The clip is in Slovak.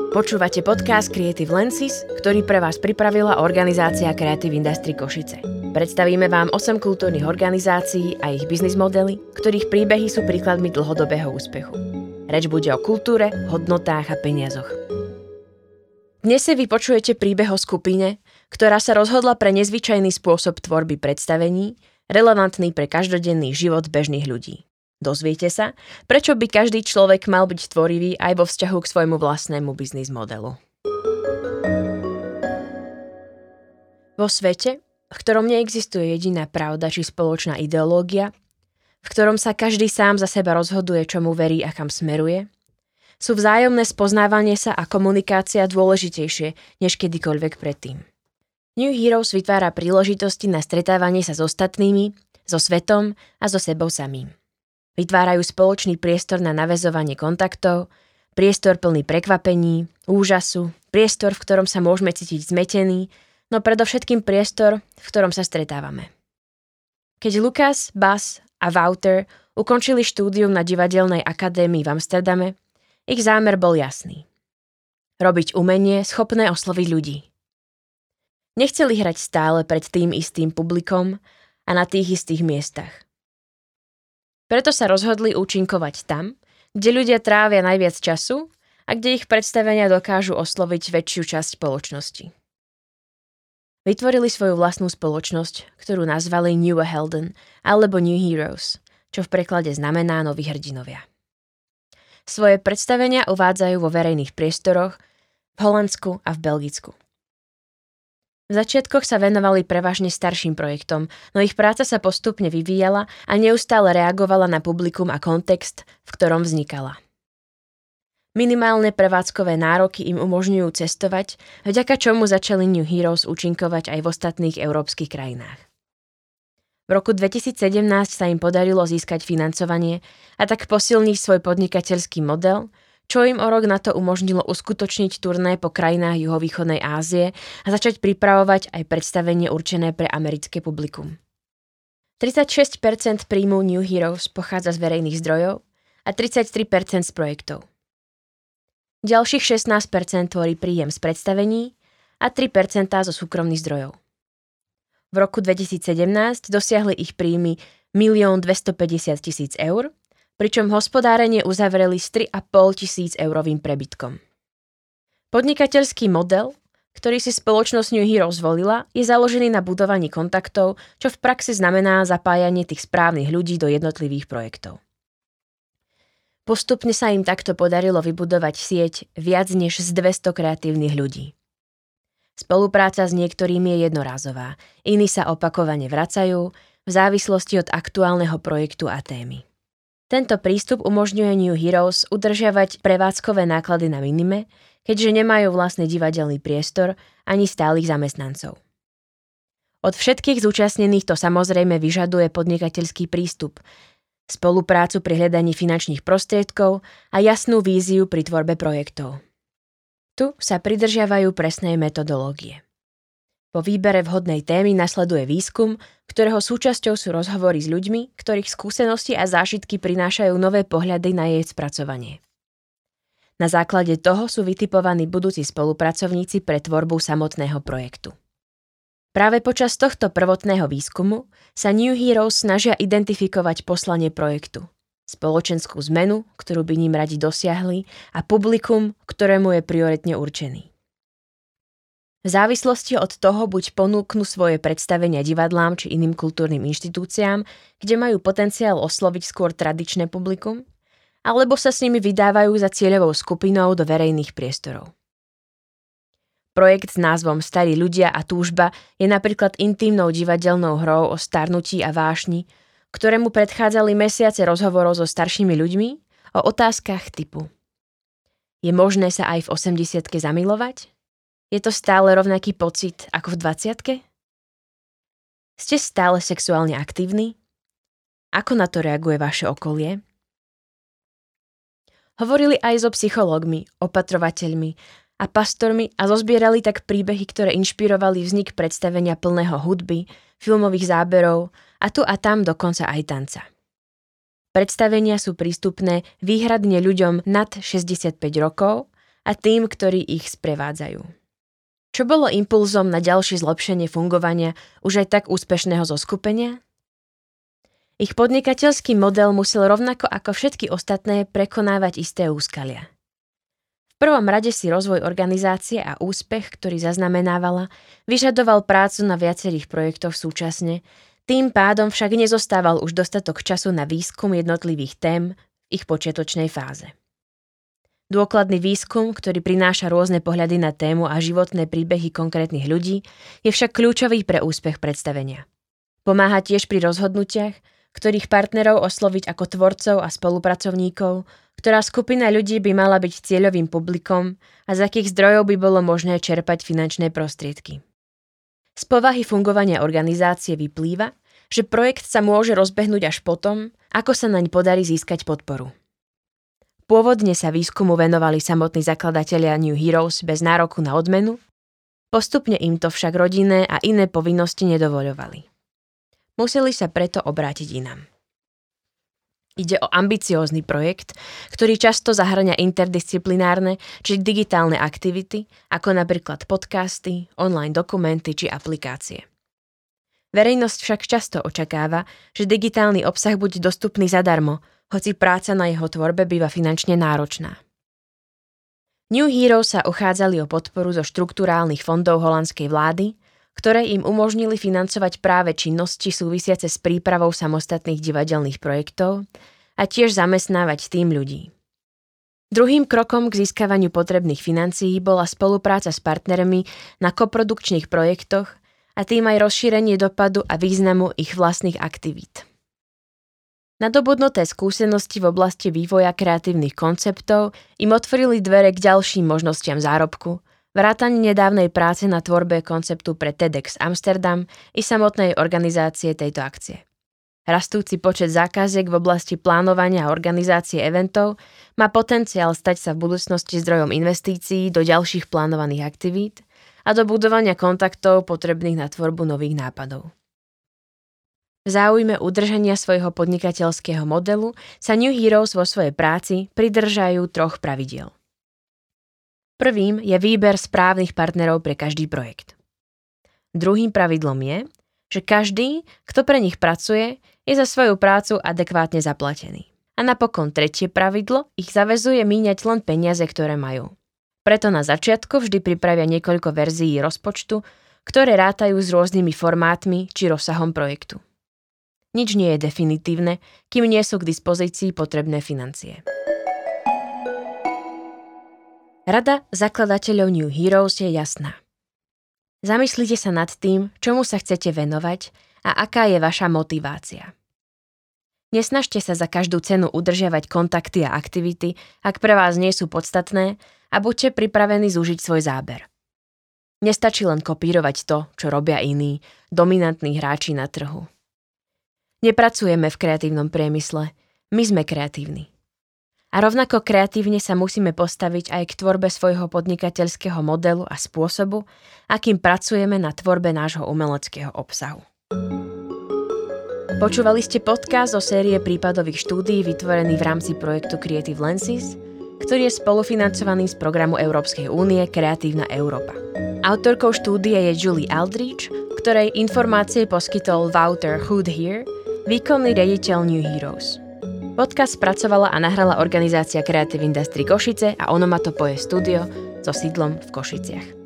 Počúvate podcast Creative Lenses, ktorý pre vás pripravila organizácia Creative Industry Košice. Predstavíme vám 8 kultúrnych organizácií a ich biznis modely, ktorých príbehy sú príkladmi dlhodobého úspechu. Reč bude o kultúre, hodnotách a peniazoch. Dnes si vypočujete príbeh o skupine, ktorá sa rozhodla pre nezvyčajný spôsob tvorby predstavení, relevantný pre každodenný život bežných ľudí. Dozviete sa, prečo by každý človek mal byť tvorivý aj vo vzťahu k svojmu vlastnému biznis modelu. Vo svete, v ktorom neexistuje jediná pravda či spoločná ideológia, v ktorom sa každý sám za seba rozhoduje, čomu verí a kam smeruje, sú vzájomné spoznávanie sa a komunikácia dôležitejšie než kedykoľvek predtým. New Heroes vytvára príležitosti na stretávanie sa s ostatnými, so svetom a so sebou samým. Vytvárajú spoločný priestor na naväzovanie kontaktov, priestor plný prekvapení, úžasu, priestor, v ktorom sa môžeme cítiť zmetení, no predovšetkým priestor, v ktorom sa stretávame. Keď Lukas, Bas a Wouter ukončili štúdium na divadelnej akadémii v Amsterdame, ich zámer bol jasný. Robiť umenie schopné osloviť ľudí. Nechceli hrať stále pred tým istým publikom a na tých istých miestach. Preto sa rozhodli účinkovať tam, kde ľudia trávia najviac času a kde ich predstavenia dokážu osloviť väčšiu časť spoločnosti. Vytvorili svoju vlastnú spoločnosť, ktorú nazvali New Helden alebo New Heroes, čo v preklade znamená noví hrdinovia. Svoje predstavenia uvádzajú vo verejných priestoroch v Holandsku a v Belgicku. V začiatkoch sa venovali prevažne starším projektom, no ich práca sa postupne vyvíjala a neustále reagovala na publikum a kontext, v ktorom vznikala. Minimálne prevádzkové nároky im umožňujú cestovať, vďaka čomu začali New Heroes účinkovať aj v ostatných európskych krajinách. V roku 2017 sa im podarilo získať financovanie a tak posilniť svoj podnikateľský model, čo im o rok na to umožnilo uskutočniť turné po krajinách juhovýchodnej Ázie a začať pripravovať aj predstavenie určené pre americké publikum. 36% príjmu New Heroes pochádza z verejných zdrojov a 33% z projektov. Ďalších 16% tvorí príjem z predstavení a 3% zo súkromných zdrojov. V roku 2017 dosiahli ich príjmy 1 250 000 eur, pričom hospodárenie uzavreli s 3 500 eurovým prebytkom. Podnikateľský model, ktorý si spoločnosť New Heroes zvolila, je založený na budovaní kontaktov, čo v praxi znamená zapájanie tých správnych ľudí do jednotlivých projektov. Postupne sa im takto podarilo vybudovať sieť viac než z 200 kreatívnych ľudí. Spolupráca s niektorými je jednorázová, iní sa opakovane vracajú v závislosti od aktuálneho projektu a témy. Tento prístup umožňuje New Heroes udržiavať prevádzkové náklady na minime, keďže nemajú vlastný divadelný priestor ani stálych zamestnancov. Od všetkých zúčastnených to samozrejme vyžaduje podnikateľský prístup, spoluprácu pri hľadaní finančných prostriedkov a jasnú víziu pri tvorbe projektov. Tu sa pridržiavajú presnej metodológie. Po výbere vhodnej témy nasleduje výskum, ktorého súčasťou sú rozhovory s ľuďmi, ktorých skúsenosti a zážitky prinášajú nové pohľady na jej spracovanie. Na základe toho sú vytipovaní budúci spolupracovníci pre tvorbu samotného projektu. Práve počas tohto prvotného výskumu sa New Heroes snažia identifikovať poslanie projektu, spoločenskú zmenu, ktorú by ním radi dosiahli, a publikum, ktorému je prioritne určený. V závislosti od toho buď ponúknú svoje predstavenia divadlám či iným kultúrnym inštitúciám, kde majú potenciál osloviť skôr tradičné publikum, alebo sa s nimi vydávajú za cieľovou skupinou do verejných priestorov. Projekt s názvom Starí ľudia a túžba je napríklad intímnou divadelnou hrou o starnutí a vášni, ktorému predchádzali mesiace rozhovorov so staršími ľuďmi o otázkach typu: je možné sa aj v 80-ke zamilovať? Je to stále rovnaký pocit ako v 20-ke? Ste stále sexuálne aktívni? Ako na to reaguje vaše okolie? Hovorili aj so psychológmi, opatrovateľmi a pastormi a zozbierali tak príbehy, ktoré inšpirovali vznik predstavenia plného hudby, filmových záberov a tu a tam dokonca aj tanca. Predstavenia sú prístupné výhradne ľuďom nad 65 rokov a tým, ktorí ich sprevádzajú. Čo bolo impulzom na ďalšie zlepšenie fungovania už aj tak úspešného zoskupenia? Ich podnikateľský model musel rovnako ako všetky ostatné prekonávať isté úskalia. V prvom rade si rozvoj organizácie a úspech, ktorý zaznamenávala, vyžadoval prácu na viacerých projektoch súčasne, tým pádom však nezostával už dostatok času na výskum jednotlivých tém v ich počiatočnej fáze. Dôkladný výskum, ktorý prináša rôzne pohľady na tému a životné príbehy konkrétnych ľudí, je však kľúčový pre úspech predstavenia. Pomáha tiež pri rozhodnutiach, ktorých partnerov osloviť ako tvorcov a spolupracovníkov, ktorá skupina ľudí by mala byť cieľovým publikom a z akých zdrojov by bolo možné čerpať finančné prostriedky. Z povahy fungovania organizácie vyplýva, že projekt sa môže rozbehnúť až potom, ako sa naň podarí získať podporu. Pôvodne sa výskumu venovali samotní zakladatelia New Heroes bez nároku na odmenu, postupne im to však rodinné a iné povinnosti nedovoľovali. Museli sa preto obrátiť inam. Ide o ambiciózny projekt, ktorý často zahŕňa interdisciplinárne či digitálne aktivity, ako napríklad podcasty, online dokumenty či aplikácie. Verejnosť však často očakáva, že digitálny obsah bude dostupný zadarmo, hoci práca na jeho tvorbe býva finančne náročná. New Heroes sa uchádzali o podporu zo štrukturálnych fondov holandskej vlády, ktoré im umožnili financovať práve činnosti súvisiace s prípravou samostatných divadelných projektov a tiež zamestnávať tým ľudí. Druhým krokom k získavaniu potrebných financií bola spolupráca s partnermi na koprodukčných projektoch a tým aj rozšírenie dopadu a významu ich vlastných aktivít. Nadobudnuté skúsenosti v oblasti vývoja kreatívnych konceptov im otvorili dvere k ďalším možnostiam zárobku, vrátane nedávnej práce na tvorbe konceptu pre TEDx Amsterdam i samotnej organizácie tejto akcie. Rastúci počet zákaziek v oblasti plánovania a organizácie eventov má potenciál stať sa v budúcnosti zdrojom investícií do ďalších plánovaných aktivít a do budovania kontaktov potrebných na tvorbu nových nápadov. V záujme udržania svojho podnikateľského modelu sa New Heroes vo svojej práci pridržajú 3 pravidiel. Prvým je výber správnych partnerov pre každý projekt. Druhým pravidlom je, že každý, kto pre nich pracuje, je za svoju prácu adekvátne zaplatený. A napokon tretie pravidlo ich zaväzuje míňať len peniaze, ktoré majú. Preto na začiatku vždy pripravia niekoľko verzií rozpočtu, ktoré rátajú s rôznymi formátmi či rozsahom projektu. Nič nie je definitívne, kým nie sú k dispozícii potrebné financie. Rada zakladateľov New Heroes je jasná. Zamyslite sa nad tým, čomu sa chcete venovať a aká je vaša motivácia. Nesnažte sa za každú cenu udržiavať kontakty a aktivity, ak pre vás nie sú podstatné, a buďte pripravení zúžiť svoj záber. Nestačí len kopírovať to, čo robia iní, dominantní hráči na trhu. Nepracujeme v kreatívnom priemysle, my sme kreatívni. A rovnako kreatívne sa musíme postaviť aj k tvorbe svojho podnikateľského modelu a spôsobu, akým pracujeme na tvorbe nášho umeleckého obsahu. Počúvali ste podcast zo série prípadových štúdií vytvorený v rámci projektu Creative Lenses, ktorý je spolufinancovaný z programu Európskej únie Kreatívna Európa. Autorkou štúdie je Julie Aldrich, ktorej informácie poskytol Wouter Hood-Heer, výkonný riaditeľ New Heroes. Podcast spracovala a nahrala organizácia Creative Industry Košice a Onomatopoje Studio so sídlom v Košiciach.